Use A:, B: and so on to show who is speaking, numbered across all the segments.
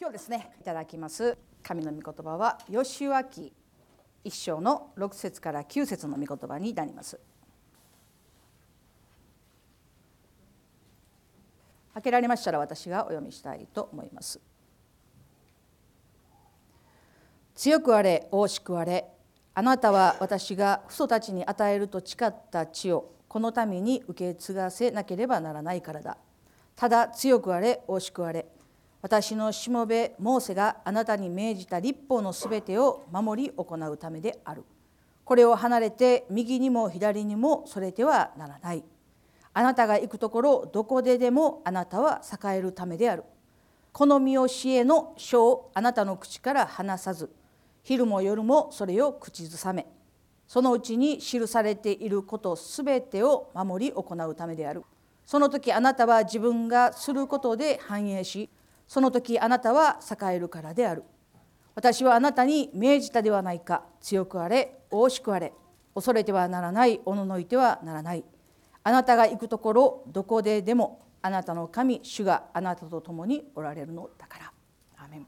A: 今日ですねいただきます神の御言葉は義明1章の6節から9節の御言葉になります。開けられましたら私がお読みしたいと思います。強くあれ大しくあれ、あなたは私が父祖たちに与えると誓った地をこの民に受け継がせなければならないからだ。ただ強くあれ大しくあれ、私のしもべモーセがあなたに命じた律法のすべてを守り行うためである。これを離れて右にも左にもそれてはならない。あなたが行くところどこででもあなたは栄えるためである。この見教えの書をあなたの口から離さず、昼も夜もそれを口ずさめ、そのうちに記されていることすべてを守り行うためである。その時あなたは自分がすることで繁栄し、その時あなたは栄えるからである。私はあなたに命じたではないか。強くあれ大しくあれ、恐れてはならない、おののいてはならない。あなたが行くところどこででもあなたの神主があなたと共におられるのだから。アーメン。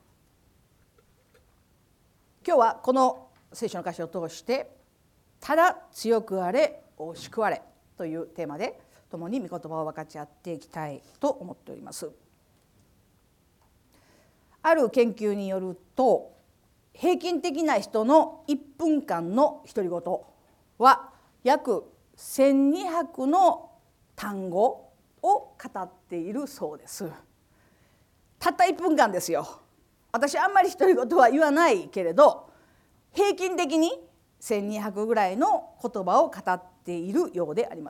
A: 今日はこの聖書の箇所を通してただ強くあれ大しくあれというテーマで共に御言葉を分かち合っていきたいと思っております。ある研究によると、平均的な人の1分間の独り言は約1200の単語を語っているそうです。たった1分間ですよ。私あんまり独り言は言わないけれど、平均的に1200ぐらいの言葉を語っているようであります。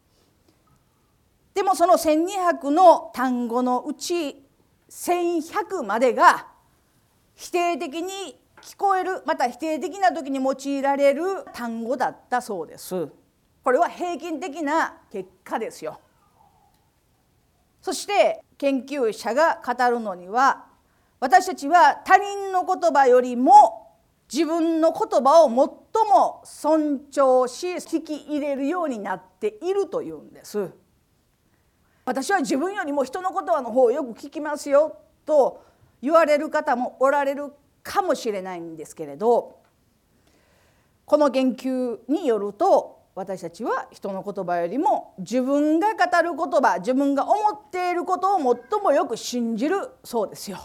A: でもその1200の単語のうち1100までが否定的に聞こえる、また否定的な時に用いられる単語だったそうです。これは平均的な結果ですよ。そして研究者が語るのには、私たちは他人の言葉よりも自分の言葉を最も尊重し聞き入れるようになっているというんです。私は自分よりも人の言葉の方をよく聞きますよと言われる方もおられるかもしれないんですけれど、この研究によると、私たちは人の言葉よりも自分が語る言葉、自分が思っていることを最もよく信じるそうですよ。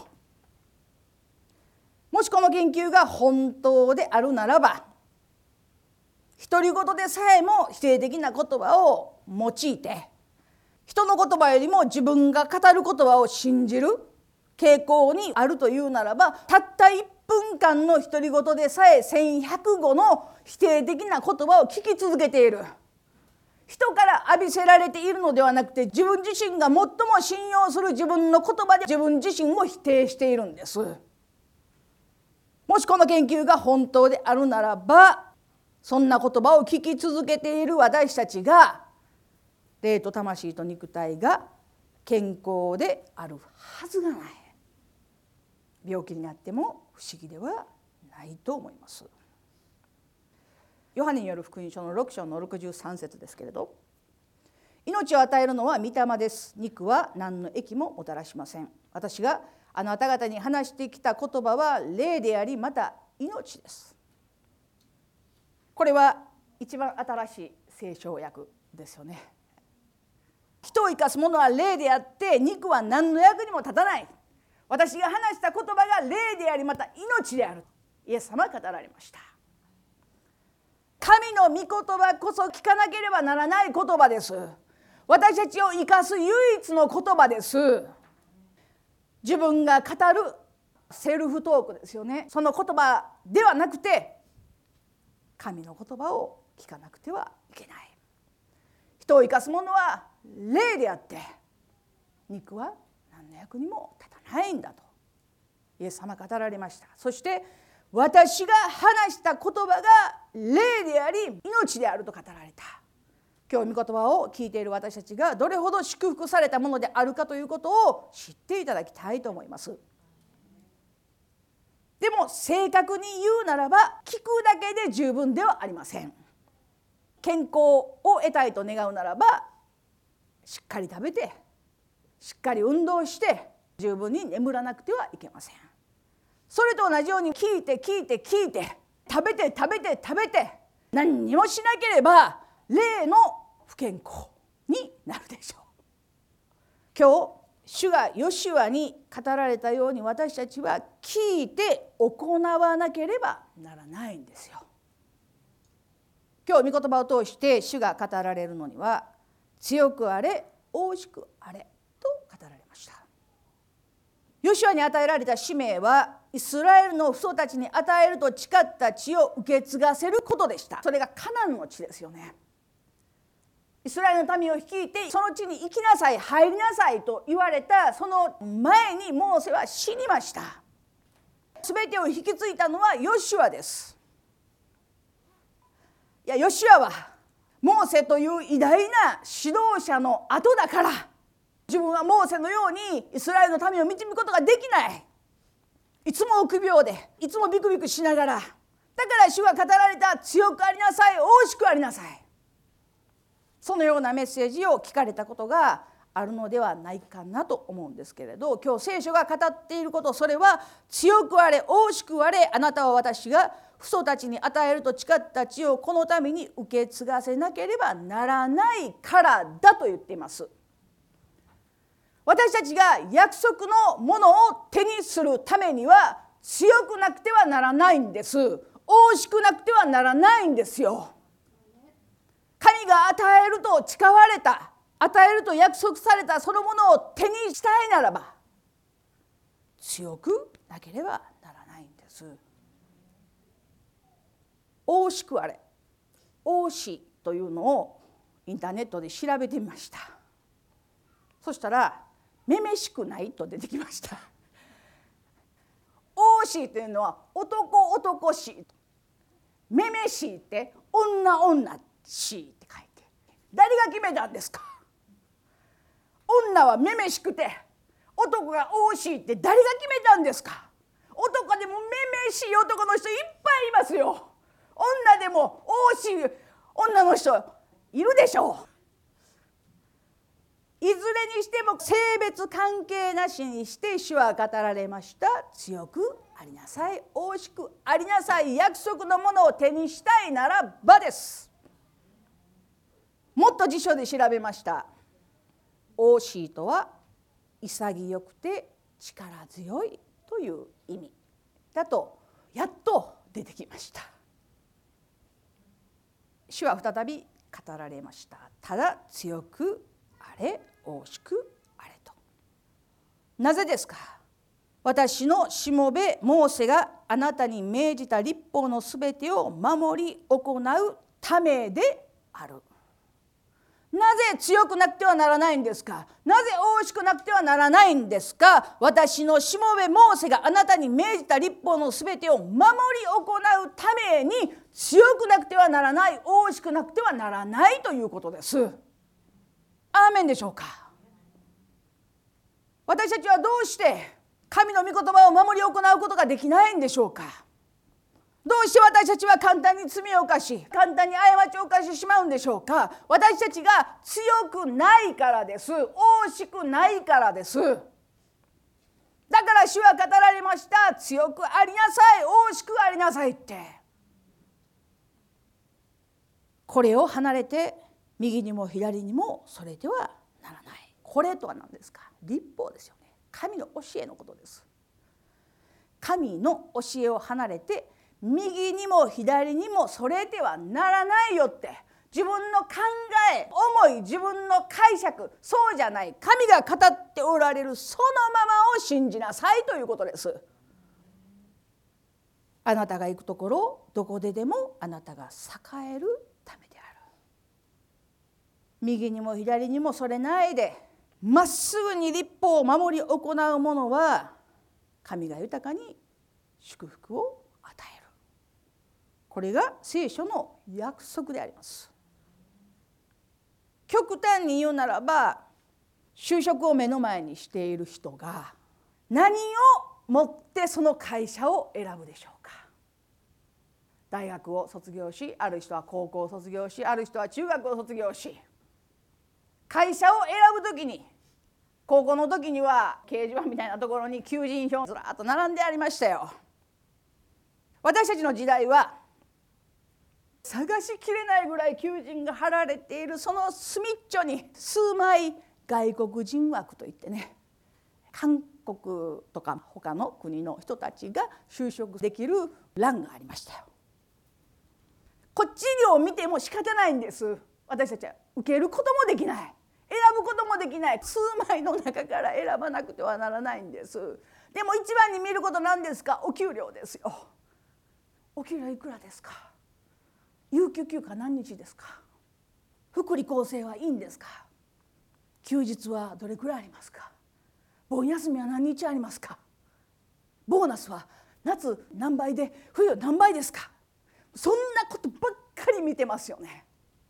A: もしこの研究が本当であるならば、独り言でさえも否定的な言葉を用いて、人の言葉よりも自分が語る言葉を信じる傾向にあるというならば、たった1分間の独り言でさえ1100語の否定的な言葉を聞き続けている。人から浴びせられているのではなくて、自分自身が最も信用する自分の言葉で自分自身を否定しているんです。もしこの研究が本当であるならば、そんな言葉を聞き続けている私たちが、霊と魂と肉体が健康であるはずがない。病気になっても不思議ではないと思います。ヨハネによる福音書の6章の63節ですけれど、命を与えるのは御霊です。肉は何の益ももたらしません。私があなた方に話してきた言葉は霊であり、また命です。これは一番新しい聖書訳ですよね。人を生かすものは霊であって、肉は何の役にも立たない。私が話した言葉が霊であり、また命である。イエス様は語られました。神の御言葉こそ聞かなければならない言葉です。私たちを生かす唯一の言葉です。自分が語るセルフトークですよね。その言葉ではなくて、神の言葉を聞かなくてはいけない。人を生かすものは霊であって、肉は何の役にも立たないんだとイエス様が語られました。そして私が話した言葉が霊であり命であると語られた。今日御言葉を聞いている私たちがどれほど祝福されたものであるかということを知っていただきたいと思います。でも正確に言うならば、聞くだけで十分ではありません。健康を得たいと願うならば、しっかり食べて、しっかり運動して、 十分に眠らなくてはいけません。それと同じように聞いて食べて何にもしなければ霊の不健康になるでしょう。今日主がヨシュアに語られたように、私たちは聞いて行わなければならないんですよ。今日御言葉を通して主が語られるのには、強くあれ大しくあれと語られました。ヨシュアに与えられた使命は、イスラエルの父祖たちに与えると誓った地を受け継がせることでした。それがカナンの地ですよね。イスラエルの民を率いてその地に行きなさい、入りなさいと言われたその前にモーセは死にました。すべてを引き継いだのはヨシュアです。いや、ヨシュアはモーセという偉大な指導者の後だから、自分はモーセのようにイスラエルの民を導くことができない。いつも臆病で、いつもビクビクしながら、だから主が語られた強くありなさい、大しくありなさい、そのようなメッセージを聞かれたことがあるのではないかなと思うんですけれど、今日聖書が語っていること、それは強くあれ大しくあれ、あなたは私が父祖たちに与えると誓った地をこのために受け継がせなければならないからだと言っています。私たちが約束のものを手にするためには強くなくてはならないんです。大しくなくてはならないんですよ。神が与えると誓われた、与えると約束されたそのものを手にしたいならば、強くなければならないんです。大しくあれ、大しというのをインターネットで調べてみました。そしたらめめしくないと出てきました。大しというのは男し、めめしって女しって書いて、誰が決めたんですか。女はめめしくて男が大しって誰が決めたんですか。男でもめめしい男の人いっぱいいますよ。女でも大しい女の人いるでしょう。いずれにしても性別関係なしにして主は語られました。強くありなさい、大しくありなさい、約束のものを手にしたいならばです。もっと辞書で調べました。大しいとは潔くて力強いという意味だとやっと出てきました。主は再び語られました。ただ強くあれ大しくあれと。なぜですか。私のしもべモーセがあなたに命じた律法のすべてを守り行うためである。なぜ強くなくてはならないんですか。なぜ大しくなくてはならないんですか。私のしもべモーセがあなたに命じた律法のすべてを守り行うために強くなくてはならない、大しくなくてはならないということです。アーメンでしょうか。私たちはどうして神の御言葉を守り行うことができないんでしょうか。どうして私たちは簡単に罪を犯し、簡単に過ちを犯してしまうんでしょうか。私たちが強くないからです。大しくないからです。だから主は語られました。強くありなさい、大しくありなさいって。これを離れて右にも左にもそれてはならない。これとは何ですか。律法ですよね。神の教えのことです。神の教えを離れて右にも左にもそれてはならないよって、自分の考え、思い、自分の解釈、そうじゃない、神が語っておられるそのままを信じなさいということです。あなたが行くところどこででもあなたが栄えるためである。右にも左にもそれないでまっすぐに律法を守り行う者は神が豊かに祝福を与える。これが聖書の約束であります。極端に言うならば、就職を目の前にしている人が何をもってその会社を選ぶでしょうか。大学を卒業し、ある人は高校を卒業し、ある人は中学を卒業し、会社を選ぶときに高校の時には掲示板みたいなところに求人票ずらっと並んでありましたよ。私たちの時代は探しきれないぐらい求人が貼られているその隅っちょに数枚外国人枠といってね、韓国とか他の国の人たちが就職できる欄がありましたよ。こっちを見ても仕方ないんです。私たちは受けることもできない、選ぶこともできない、数枚の中から選ばなくてはならないんです。でも一番に見ることなんですか？お給料ですよ。お給料いくらですか？有給休暇何日ですか？福利厚生はいいんですか？休日はどれくらいありますか？盆休みは何日ありますか？ボーナスは夏何倍で冬何倍ですか？そんなことばっかり見てますよね。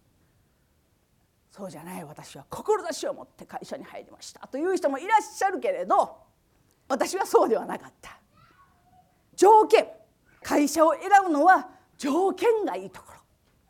A: そうじゃない、私は志を持って会社に入りましたという人もいらっしゃるけれど、私はそうではなかった。条件、会社を選ぶのは条件がいいとこ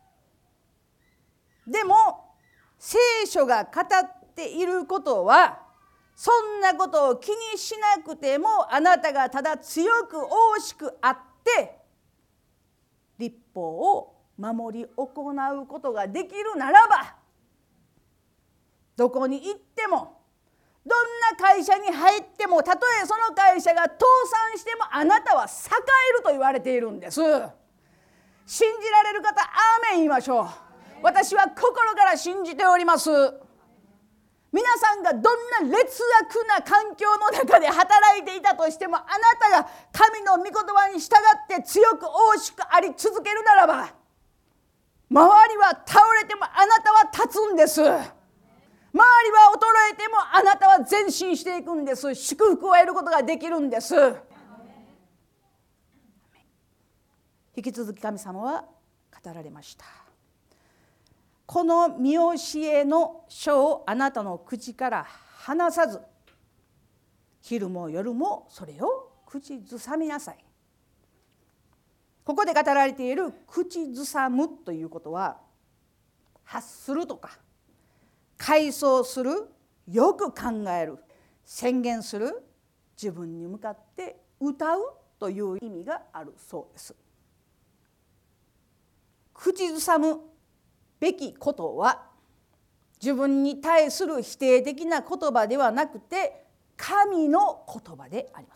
A: ろ。でも聖書が語っていることは、そんなことを気にしなくてもあなたがただ強く大しくあって律法を守り行うことができるならば、どこに行ってもどんな会社に入っても、たとえその会社が倒産してもあなたは栄えると言われているんです。信じられる方、アーメン言いましょう。私は心から信じております。皆さんがどんな劣悪な環境の中で働いていたとしても、あなたが神の御言葉に従って強く大しくあり続けるならば、周りは倒れてもあなたは立つんです。周りは衰えてもあなたは前進していくんです。祝福を得ることができるんです。引き続き神様は語られました。この見教えの書をあなたの口から離さず、昼も夜もそれを口ずさみなさい。ここで語られている口ずさむということは、発するとか回想する、よく考える、宣言する、自分に向かって歌うという意味があるそうです。口ずさむべきことは、自分に対する否定的な言葉ではなくて神の言葉であります。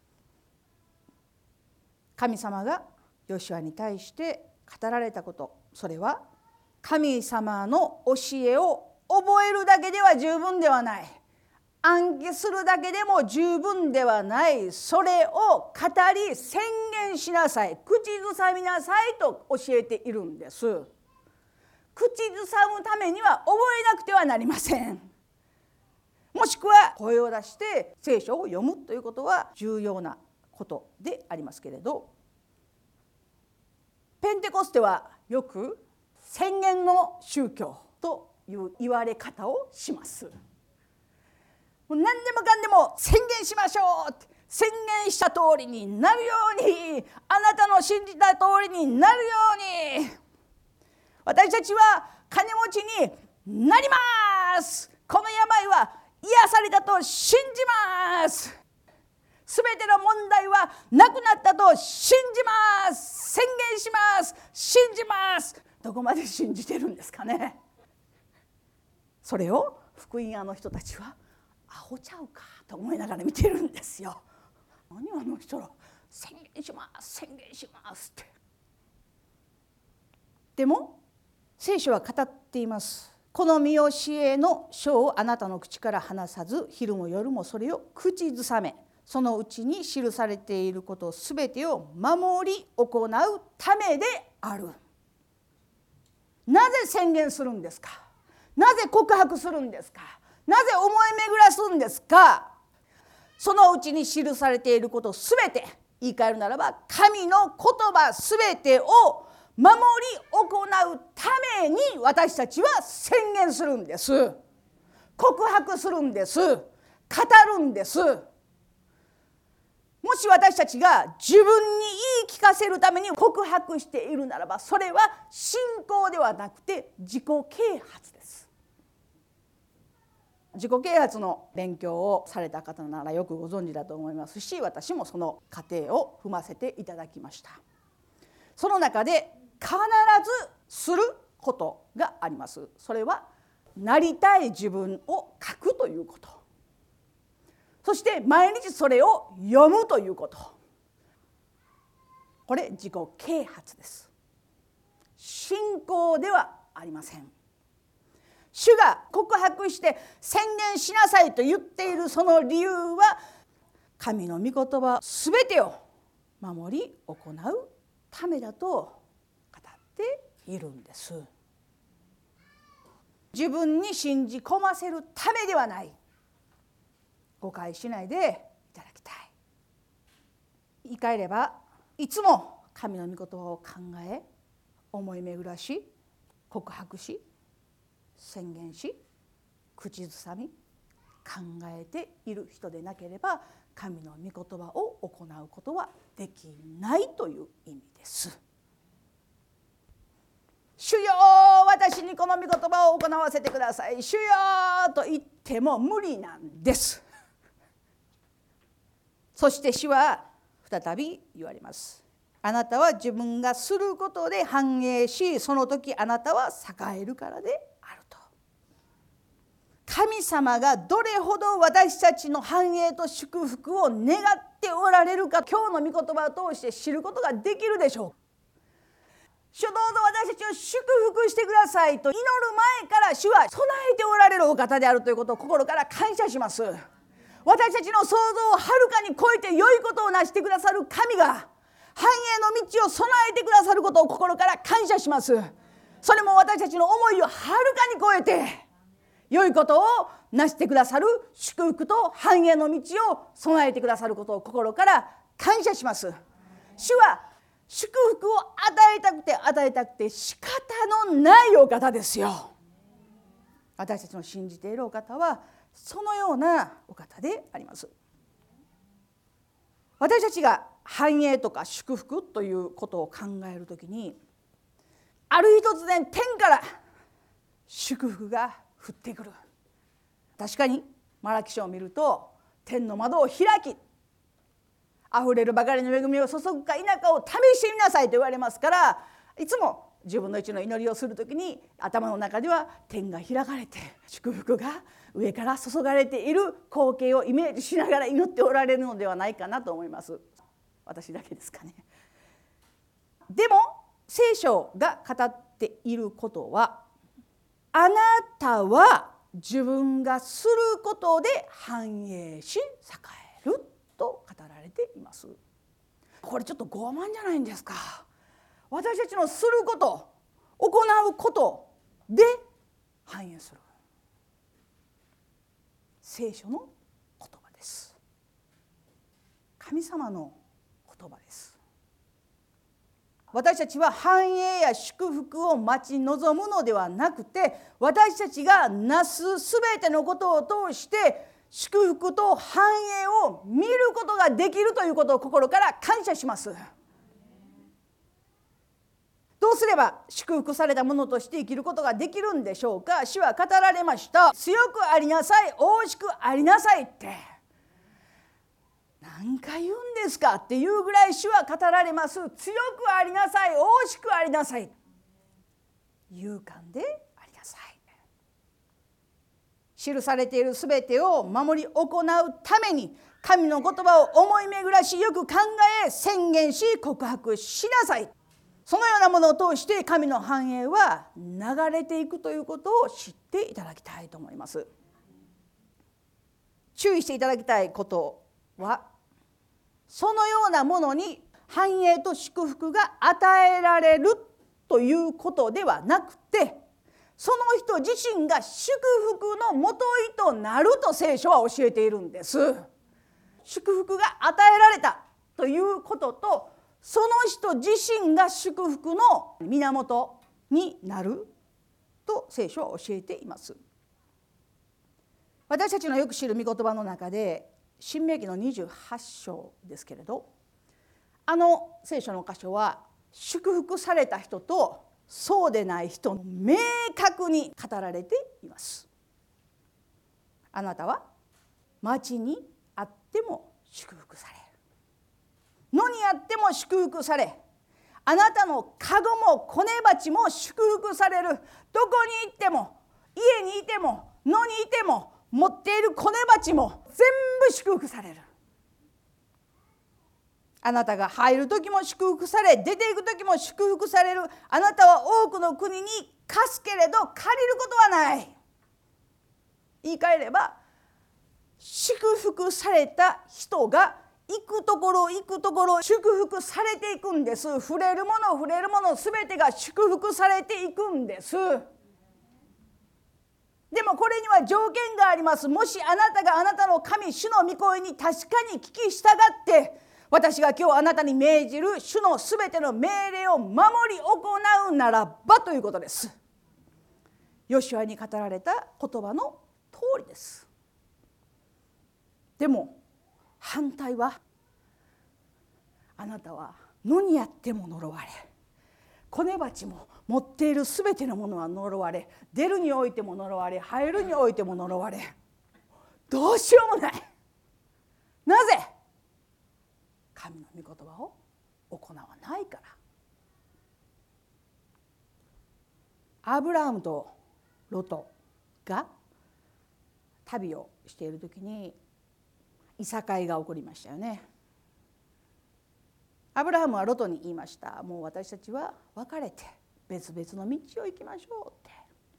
A: 神様がヨシュアに対して語られたこと、それは神様の教えを覚えるだけでは十分ではない、暗記するだけでも十分ではない、それを語り宣言しなさい、口ずさみなさいと教えているんです。口ずさむためには覚えなくてはなりません。もしくは声を出して聖書を読むということは重要なことでありますけれど、ペンテコステはよく宣言の宗教という言われ方をします。何でもかんでも宣言しましょうって、宣言した通りになるように、あなたの信じた通りになるように、私たちは金持ちになります。この病は癒されたと信じます。すべての問題はなくなったと信じます。宣言します。信じます。どこまで信じてるんですかね。それを福音屋の人たちはアホちゃうかと思いながら見てるんですよ。何あの人ら、宣言します宣言しますって。でも聖書は語っています。この見教えの書をあなたの口から離さず、昼も夜もそれを口ずさめ、そのうちに記されていることすべてを守り行うためである。なぜ宣言するんですか？なぜ告白するんですか？なぜ思い巡らすんですか？そのうちに記されていることすべて、言い換えるならば神の言葉すべてを守り行うために私たちは宣言するんです。告白するんです。語るんです。もし私たちが自分に言い聞かせるために告白しているならば、それは信仰ではなくて自己啓発です。 自己啓発の勉強をされた方ならよくご存知だと思いますし、私もその過程を踏ませていただきました。その中で必ずすることがあります。それはなりたい自分を書くということ、そして毎日それを読むということ、これ自己啓発です。信仰ではありません。主が告白して宣言しなさいと言っているその理由は、神の御言葉すべてを守り行うためだと語っているんです。自分に信じ込ませるためではない。誤解しないでいただきたい。言い換えれば、いつも神の御言葉を考え、思い巡らし、告白し、宣言し、口ずさみ、考えている人でなければ、神の御言葉を行うことはできないという意味です。主よ、私にこの御言葉を行わせてください、主よと言っても無理なんです。そして主は再び言われます。あなたは自分がすることで繁栄し、その時あなたは栄えるからであると。神様がどれほど私たちの繁栄と祝福を願っておられるか、今日の御言葉を通して知ることができるでしょう。主どうぞ私たちを祝福してくださいと祈る前から主は備えておられるお方であるということを心から感謝します。私たちの想像をはるかに超えて良いことをなしてくださる神が繁栄の道を備えてくださることを心から感謝します。それも私たちの思いをはるかに超えて良いことをなしてくださる祝福と繁栄の道を備えてくださることを心から感謝します。主は祝福を与えたくて仕方のないお方ですよ。私たちの信じているお方はそのようなお方であります。私たちが繁栄とか祝福ということを考えるときに、ある日突然天から祝福が降ってくる。確かにマラキ書を見ると、天の窓を開き、あふれるばかりの恵みを注ぐか否かを試してみなさいと言われますから、いつも10分の1の祈りをするときに頭の中では天が開かれて祝福が上から注がれている光景をイメージしながら祈っておられるのではないかなと思います。私だけですかね。でも聖書が語っていることは、あなたは自分がすることで繁栄し栄えると語られています。これちょっと傲慢じゃないんですか。私たちのすること、行うことで繁栄する。聖書の言葉です。神様の言葉です。私たちは繁栄や祝福を待ち望むのではなくて、私たちがなすすべてのことを通して祝福と繁栄を見ることができるということを心から感謝します。どうすれば祝福されたものとして生きることができるんでしょうか。主は語られました。強くありなさい、大しくありなさいって、何回言うんですかっていうぐらい主は語られます。強くありなさい、大しくありなさい、勇敢でありなさい。記されているすべてを守り行うために、神の言葉を思い巡らし、よく考え、宣言し、告白しなさい。そのようなものを通して神の繁栄は流れていくということを知っていただきたいと思います。注意していただきたいことは、そのようなものに繁栄と祝福が与えられるということではなくて、その人自身が祝福のもといとなると聖書は教えているんです。祝福が与えられたということと、その人自身が祝福の源になると聖書は教えています。私たちのよく知る御言葉の中で、申命記の28章ですけれど、あの聖書の箇所は祝福された人とそうでない人の明確に語られています。 あなたは町にあっても祝福される。野にあっても祝福され、あなたのかごもこね鉢も祝福される。どこに行っても、家にいても、野にいても、持っているこね鉢も全部祝福される。あなたが入る時も祝福され、出ていく時も祝福される。あなたは多くの国に貸すけれど借りることはない。言い換えれば、祝福された人が行くところ行くところ祝福されていくんです。触れるものすべてが祝福されていくんです。でもこれには条件があります。もしあなたがあなたの神主の御声に確かに聞き従って、私が今日あなたに命じる主のすべての命令を守り行うならばということです。ヨシュアに語られた言葉の通りです。でも反対は、あなたは野にあっても呪われ、こね鉢も持っているすべてのものは呪われ、出るにおいても呪われ、入るにおいても呪われ、どうしようもない。なぜ？神の御言葉を行わないから。アブラハムとロトが旅をしている時にいさかいが起こりましたよね。アブラハムはロトに言いました。もう私たちは別れて別々の道を行きましょうって。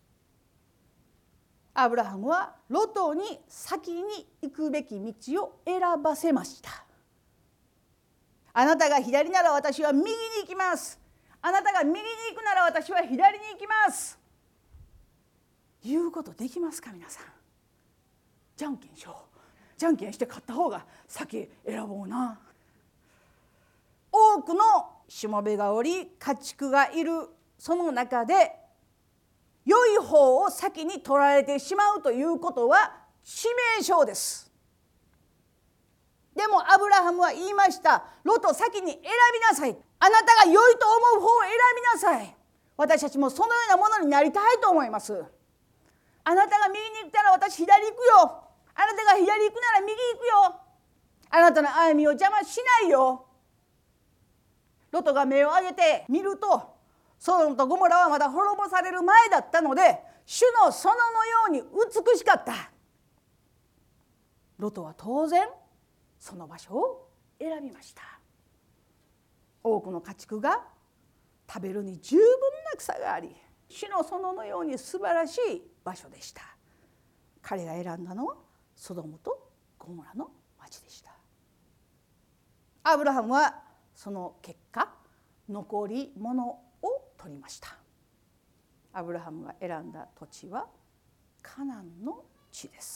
A: アブラハムはロトに先に行くべき道を選ばせました。あなたが左なら私は右に行きます。あなたが右に行くなら私は左に行きます。言うことできますか皆さん。じゃんけんしよう。じゃんけんして勝った方が先選ぼうな。多くのしもべがおり家畜がいるその中で良い方を先に取られてしまうということは致命傷です。でもアブラハムは言いました。ロト先に選びなさい。あなたが良いと思う方を選びなさい。私たちもそのようなものになりたいと思います。あなたが右に行ったら私左行くよ。あなたが左行くなら右行くよ。あなたの歩みを邪魔しないよ。ロトが目を上げて見ると、ソドムとゴモラはまだ滅ぼされる前だったので、主の園のように美しかった。ロトは当然その場所を選びました。多くの家畜が食べるに十分な草があり、主の園のように素晴らしい場所でした。彼が選んだのはソドムとゴモラの町でした。アブラハムはその結果、残り物を取りました。アブラハムが選んだ土地はカナンの地です。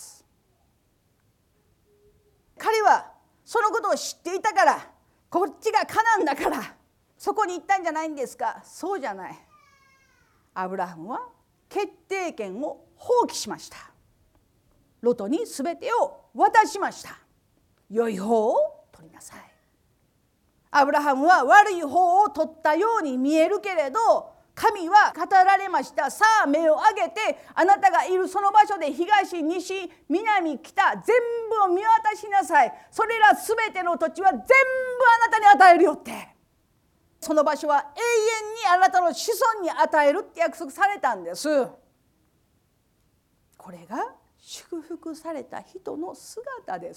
A: 彼はそのことを知っていたから、こっちがカナンだからそこに行ったんじゃないんですか。そうじゃない。アブラハムは決定権を放棄しました。ロトに全てを渡しました。良い方を取りなさい。アブラハムは悪い方を取ったように見えるけれど、神は語られました。さあ目を上げて、あなたがいるその場所で東、西、南、北、全部を見渡しなさい。それらすべての土地は全部あなたに与えるよって。その場所は永遠にあなたの子孫に与えるって約束されたんです。これが祝福された人の姿です。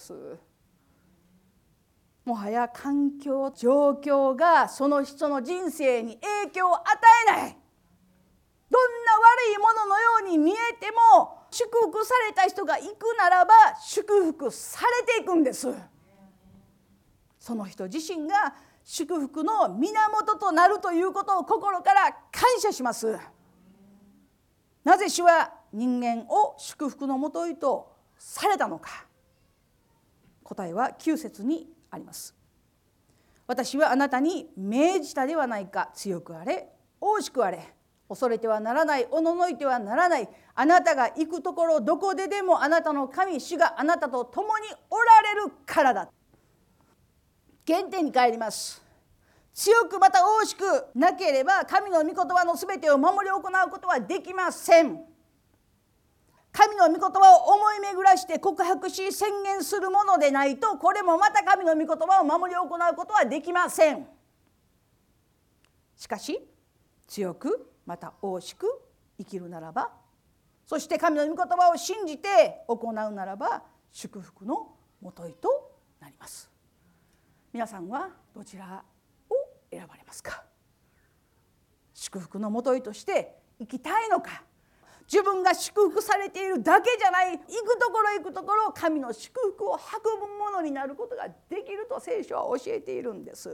A: もはや環境、状況がその人の人生に影響を与えない。どんな悪いもののように見えても、祝福された人が行くならば祝福されていくんです。その人自身が祝福の源となるということを心から感謝します。なぜ主は人間を祝福のもとへとされたのか。答えは9節にあります。私はあなたに命じたではないか。強くあれ、大しくあれ。恐れてはならない、おののいてはならない。あなたが行くところどこででもあなたの神主があなたと共におられるからだ。原点に帰ります。強くまた大しくなければ神の御言葉のすべてを守り行うことはできません。 神の御言葉を思い巡らして告白し宣言するものでないと、これもまた神の御言葉を守り行うことはできません。しかし強くまた大しく生きるならば、そして神の御言葉を信じて行うならば、祝福のもといとなります。皆さんはどちらを選ばれますか？祝福のもといとして生きたいのか、自分が祝福されているだけじゃない、行くところ行くところ神の祝福を運ぶものになることができると聖書は教えているんです。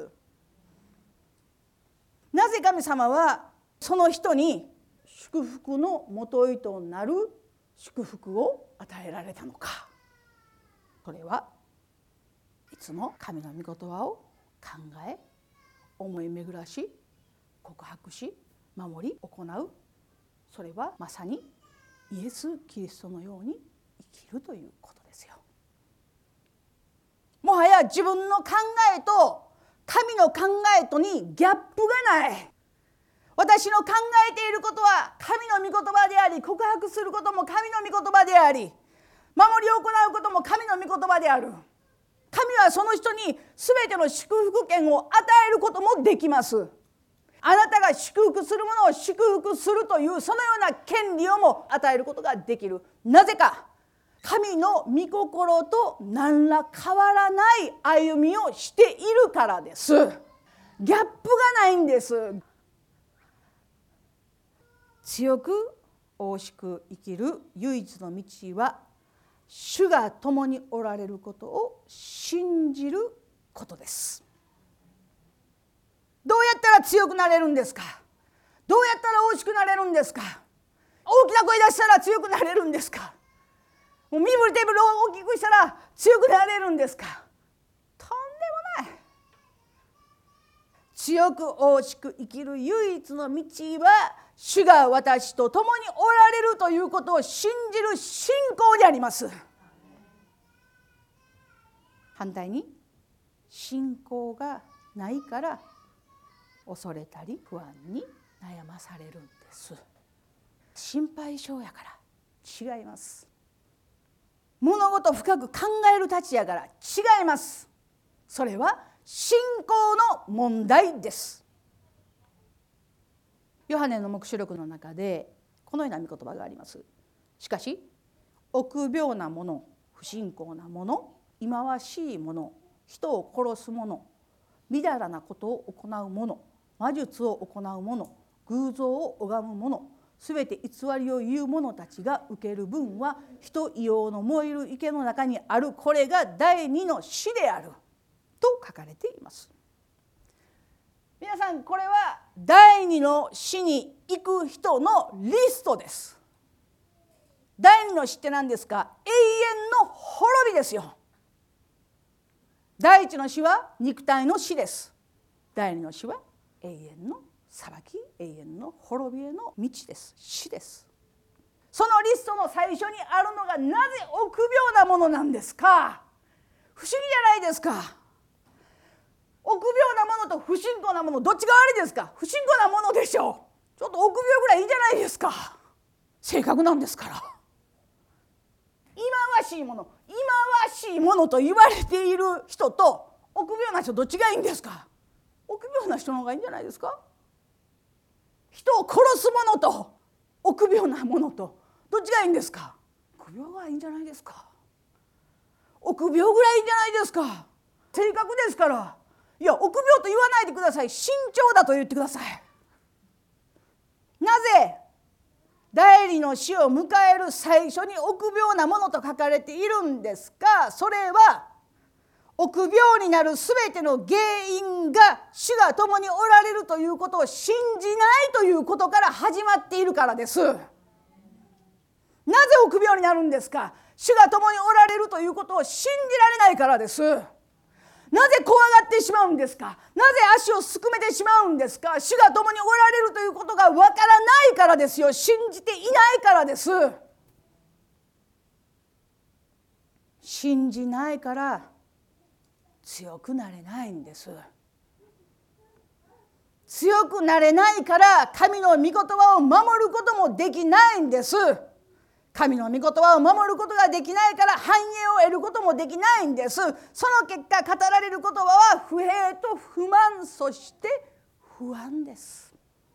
A: なぜ神様はその人に祝福のもといとなる祝福を与えられたのか。それはいつも神の御言葉を考え、思い巡らし、告白し、守り行う。それはまさにイエス・キリストのように生きるということですよ。もはや自分の考えと神の考えとにギャップがない。私の考えていることは神の御言葉であり、告白することも神の御言葉であり、守り行うことも神の御言葉である。神はその人に全ての祝福権を与えることもできます。あなたが祝福するものを祝福するというそのような権利をも与えることができる。なぜか、神の御心と何ら変わらない歩みをしているからです。ギャップがないんです。強く大しく生きる唯一の道は、主が共におられることを信じることです。どうやったら強くなれるんですか？どうやったら大しくなれるんですか？大きな声出したら強くなれるんですか？もう身振り手振りを大きくしたら強くなれるんですか？とんでもない。強く大しく生きる唯一の道は、主が私と共におられるということを信じる信仰であります。反対に信仰がないから恐れたり不安に悩まされるんです。心配性やから違います。物事を深く考えるたちやから違います。それは信仰の問題です。ヨハネの黙示録の中でこのような御言葉があります。しかし臆病な者、不信仰な者、忌まわしい者、人を殺す者、みだらなことを行う者、魔術を行う者、偶像を拝む者、すべて偽りを言う者たちが受ける分は人異様の燃える池の中にある。これが第二の死であると書かれています。皆さん、これは第二の死に行く人のリストです。第二の死って何ですか？永遠の滅びですよ。第一の死は肉体の死です。第二の死は永遠の裁き、永遠の滅びへの道です。死です。そのリストの最初にあるのがなぜ臆病なものなんですか？不思議じゃないですか。臆病なものと不信仰なもの、どっちが悪いですか？不信仰なものでしょう。ちょっと臆病ぐらいいいじゃないですか。性格なんですから。忌まわしいもの、忌まわしいものと言われている人と臆病な人、どっちがいいんですか？臆病な人の方がいいんじゃないですか。人を殺すものと臆病なものとどっちがいいんですか？臆病がいいんじゃないですか。臆病ぐらいいいんじゃないですか。性格ですから。いや、臆病と言わないでください。慎重だと言ってください。なぜ第二の死を迎える最初に臆病なものと書かれているんですか？それは臆病になるすべての原因が主が共におられるということを信じないということから始まっているからです。なぜ臆病になるんですか？主が共におられるということを信じられないからです。なぜ怖がってしまうんですか？なぜ足をすくめてしまうんですか？主が共におられるということがわからないからですよ。信じていないからです。信じないから強くなれないんです。強くなれないから神の御言葉を守ることもできないんです。 神の御言葉を守ることができないから繁栄を得ることもできないんです。その結果語られる言葉は不平と不満、そして不安です。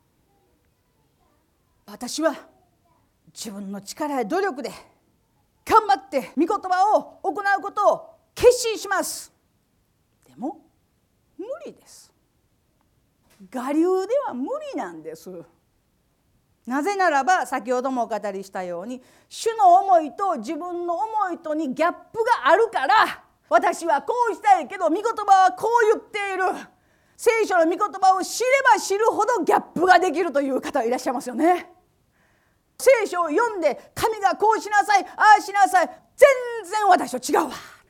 A: 私は自分の力や努力で頑張って御言葉を行うことを決心します。でも無理です。我流では無理なんです。なぜならば先ほどもお語りしたように、主の思いと自分の思いとにギャップがあるから、私はこうしたいけど御言葉はこう言っている。聖書の御言葉を知れば知るほどギャップができるという方いらっしゃいますよね。聖書を読んで神がこうしなさい、ああしなさい、全然私と違うわ。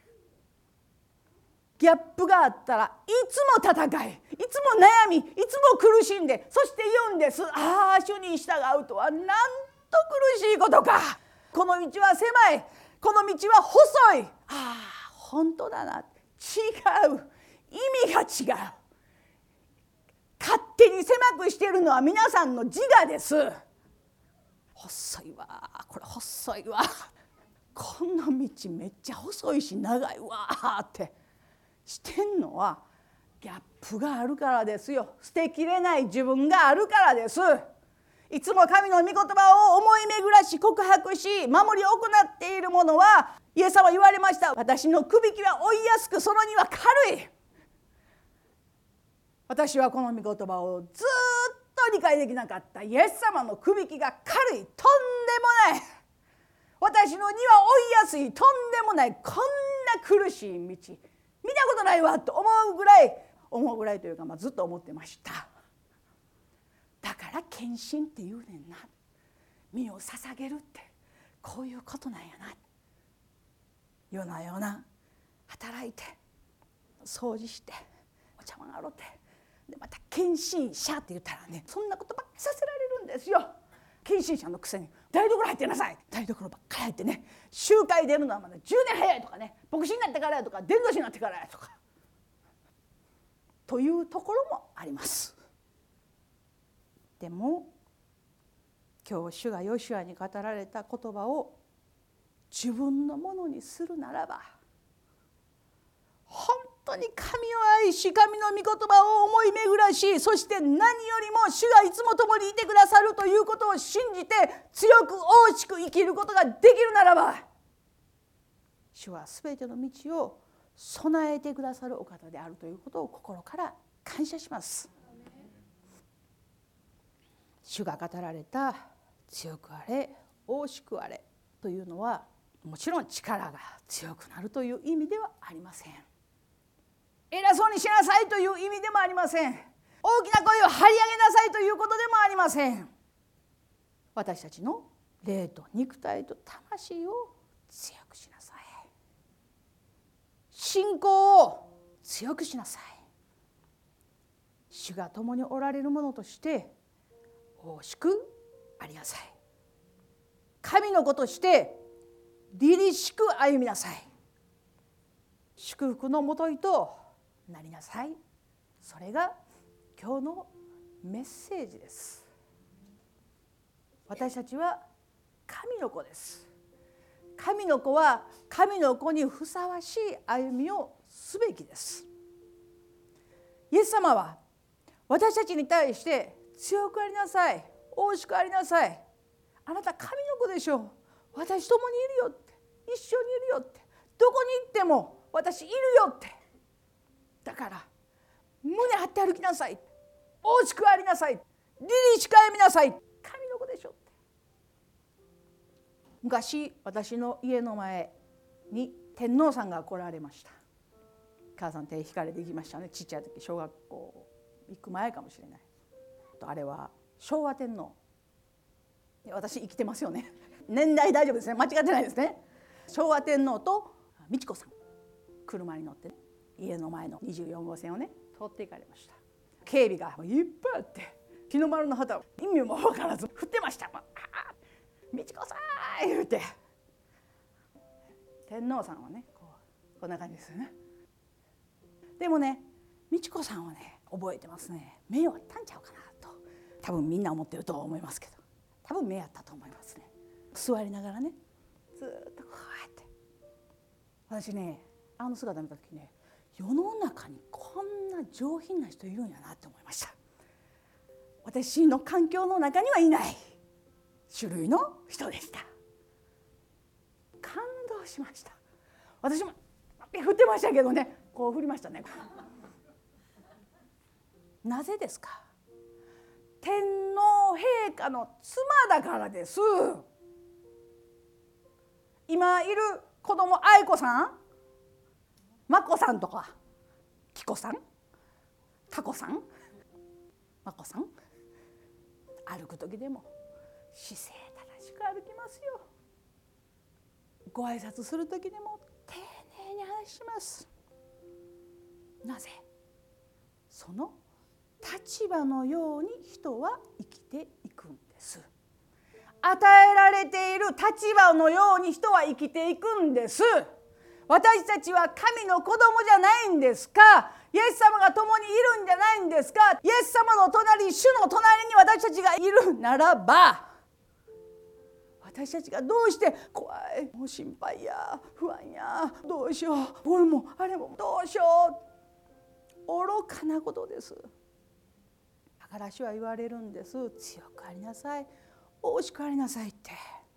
A: ギャップがあったらいつも戦い、いつも悩み、いつも苦しんで、そして言うんです。ああ、主に従うとはなんと苦しいことか。この道は狭い、この道は細い。ああ、本当だな。違う、意味が違う。勝手に狭くしているのは皆さんの自我です。細いわ、これ細いわ、この道めっちゃ細いし長いわってしてんのはギャップがあるからですよ。捨てきれない自分があるからです。いつも神の御言葉を思い巡らし告白し守り行っているものは、イエス様は言われました。私のくびきは追いやすく、その荷は軽い。私はこの御言葉をずっと理解できなかった。イエス様のくびきが軽い、とんでもない。私の荷は追いやすい、とんでもない。こんな苦しい道見たことないわと思うぐらいというか、ずっと思ってました。だから献身って言うねんな。身を捧げるってこういうことなんやな。夜な夜な働いて掃除してお茶碗洗って、でまた献身者って言ったらね、そんなことばっかりさせられるんですよ。献身者のくせに台所入ってなさい、台所ばっかり入ってね、集会出るのはまだ10年早いとかね、牧師になってからやとか伝道師になってからやとかというところもあります。でも今日主がヨシュアに語られた言葉を自分のものにするならば、本当に神を愛し神の御言葉を思い巡らし、そして何よりも主がいつも共にいてくださるということを信じて強く大しく生きることができるならば、主はすべての道を備えてくださるお方であるということを心から感謝します。主が語られた強くあれ大しくあれというのは、もちろん力が強くなるという意味ではありません。偉そうにしなさいという意味でもありません。大きな声を張り上げなさいということでもありません。私たちの霊と肉体と魂を強くしなさい。信仰を強くしなさい。主が共におられるものとして大しくありなさい。神の子として凛々しく歩みなさい。祝福のもといとなりなさい。それが今日のメッセージです。私たちは神の子です。神の子は神の子にふさわしい歩みをすべきです。イエス様は私たちに対して強くありなさい、大しくありなさい、あなた神の子でしょう、私共にいるよって、一緒にいるよって、どこに行っても私いるよって、だから胸張って歩きなさい、大しくありなさい、凛々しく歩みなさい、神の子でしょって。昔私の家の前に天皇さんが来られました。母さん手引かれて行きましたね。ちっちゃい時、小学校行く前かもしれない。あれは昭和天皇、私生きてますよね、年代大丈夫ですね、間違ってないですね。昭和天皇と美智子さん、車に乗って、ね、家の前の24号線をね通って行かれました。警備がいっぱいあって、日の丸の旗を意味も分からず振ってました。美智子さん言うて、天皇さんはねこんな感じですよね。でもね、美智子さんはね覚えてますね。目をあったんちゃうかなと多分みんな思ってると思いますけど、多分目あったと思いますね。座りながらね、 ずっとこうやって、私ねあの姿見た時ね、世の中にこんな上品な人いるんやなって思いました。私の環境の中にはいない種類の人でした。感動しました。私も振ってましたけどね、こう振りましたね。なぜですか。天皇陛下の妻だからです。今いる子供、愛子さん、眞子さんとか紀子さん、佳子さん、眞子さん、歩く時でも姿勢正しく歩きますよ。ご挨拶する時でも丁寧に話します。なぜ？その立場のように人は生きていくんです。与えられている立場のように人は生きていくんです。私たちは神の子供じゃないんですか？イエス様が共にいるんじゃないんですか？イエス様の隣、主の隣に私たちがいるならば、私たちがどうして怖い、もう心配や不安やどうしよう、これもあれもどうしよう、愚かなことです。だから主は言われるんです。強くありなさい、大しくありなさいって。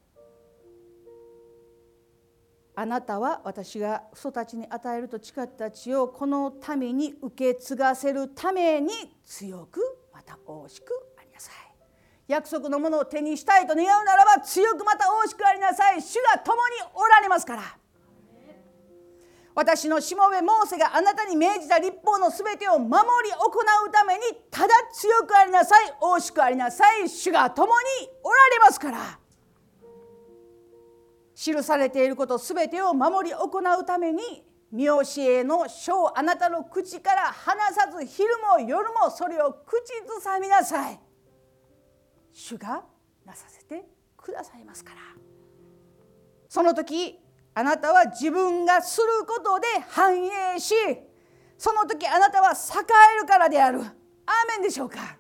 A: あなたは私が父祖たちに与えると誓った地をこの民に受け継がせるために強くまた大しくありなさい。約束のものを手にしたいと願うならば強くまた大しくありなさい。主が共におられますから。私のしもべモーセがあなたに命じた律法のすべてを守り行うためにただ強くありなさい、大しくありなさい。主が共におられますから。記されていることすべてを守り行うために見教えの書をあなたの口から離さず昼も夜もそれを口ずさみなさい。主がなさせてくださいますから。その時あなたは自分がすることで繁栄し、その時あなたは栄えるからである。アーメンでしょうか。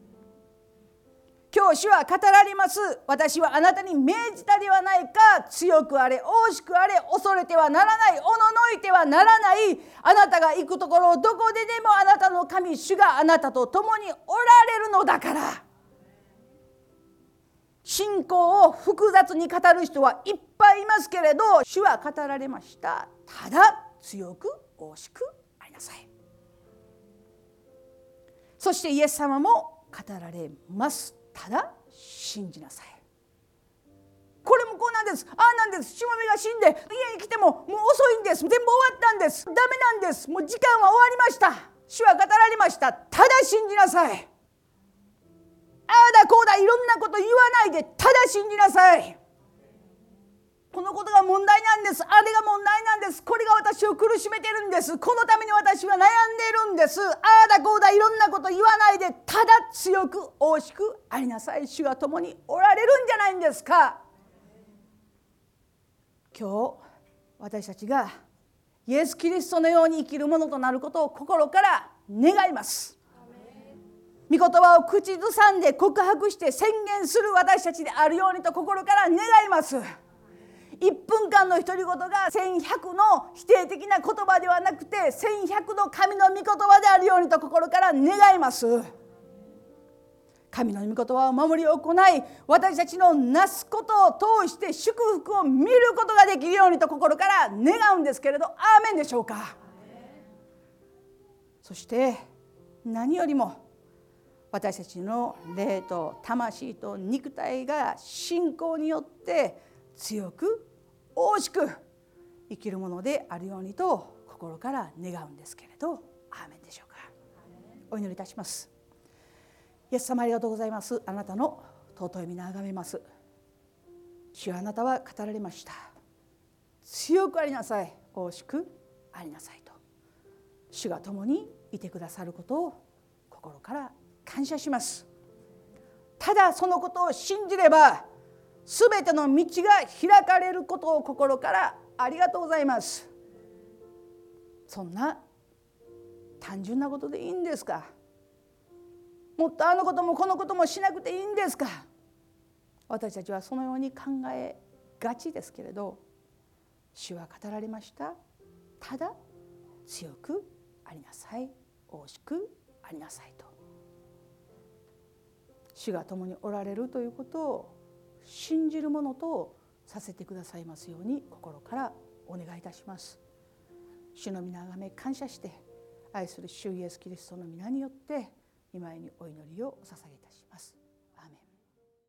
A: 今日主は語られます。私はあなたに命じたではないか。強くあれ、大しくあれ、恐れてはならない、おののいてはならない。あなたが行くところどこででもあなたの神主があなたと共におられるのだから。信仰を複雑に語る人はいっぱいいますけれど、主は語られました。ただ強く大しくありなさい。そしてイエス様も語られます。ただ信じなさい。これもこうなんです、ああなんです、しもべが死んで家に来てももう遅いんです、全部終わったんです、ダメなんです、もう時間は終わりました。主は語られました。ただ信じなさい。ああだこうだいろんなこと言わないで、ただ信じなさい。このことが問題なんです、あれが問題なんです、これが私を苦しめてるんです、このために私は悩んでいるんです。ああだこうだいろんなこと言わないで、ただ強く大しくありなさい。主が共におられるんじゃないんですか。今日私たちがイエス・キリストのように生きるものとなることを心から願います。御言葉を口ずさんで告白して宣言する私たちであるようにと心から願います。1分間の独り言が1100の否定的な言葉ではなくて1100の神の御言葉であるようにと心から願います。神の御言葉を守り行い、私たちのなすことを通して祝福を見ることができるようにと心から願うんですけれど、アーメンでしょうか。そして何よりも私たちの霊と魂と肉体が信仰によって強く大しく生きるものであるようにと心から願うんですけれど、アーメンでしょうか。お祈りいたします。イエス様ありがとうございます。あなたの尊い皆をあがめます。主はあなたは語られました。強くありなさい、大しくありなさいと。主が共にいてくださることを心から感謝します。ただそのことを信じればすべての道が開かれることを心からありがとうございます。そんな単純なことでいいんですか。もっとあのこともこのこともしなくていいんですか。私たちはそのように考えがちですけれど、主は語られました。ただ強くありなさい、大しくありなさいと。主が共におられるということを信じるものとさせてくださいますように心からお願いいたします。主の皆あがめ感謝して、愛する主イエスキリストの皆によって御前にお祈りをお捧げいたします。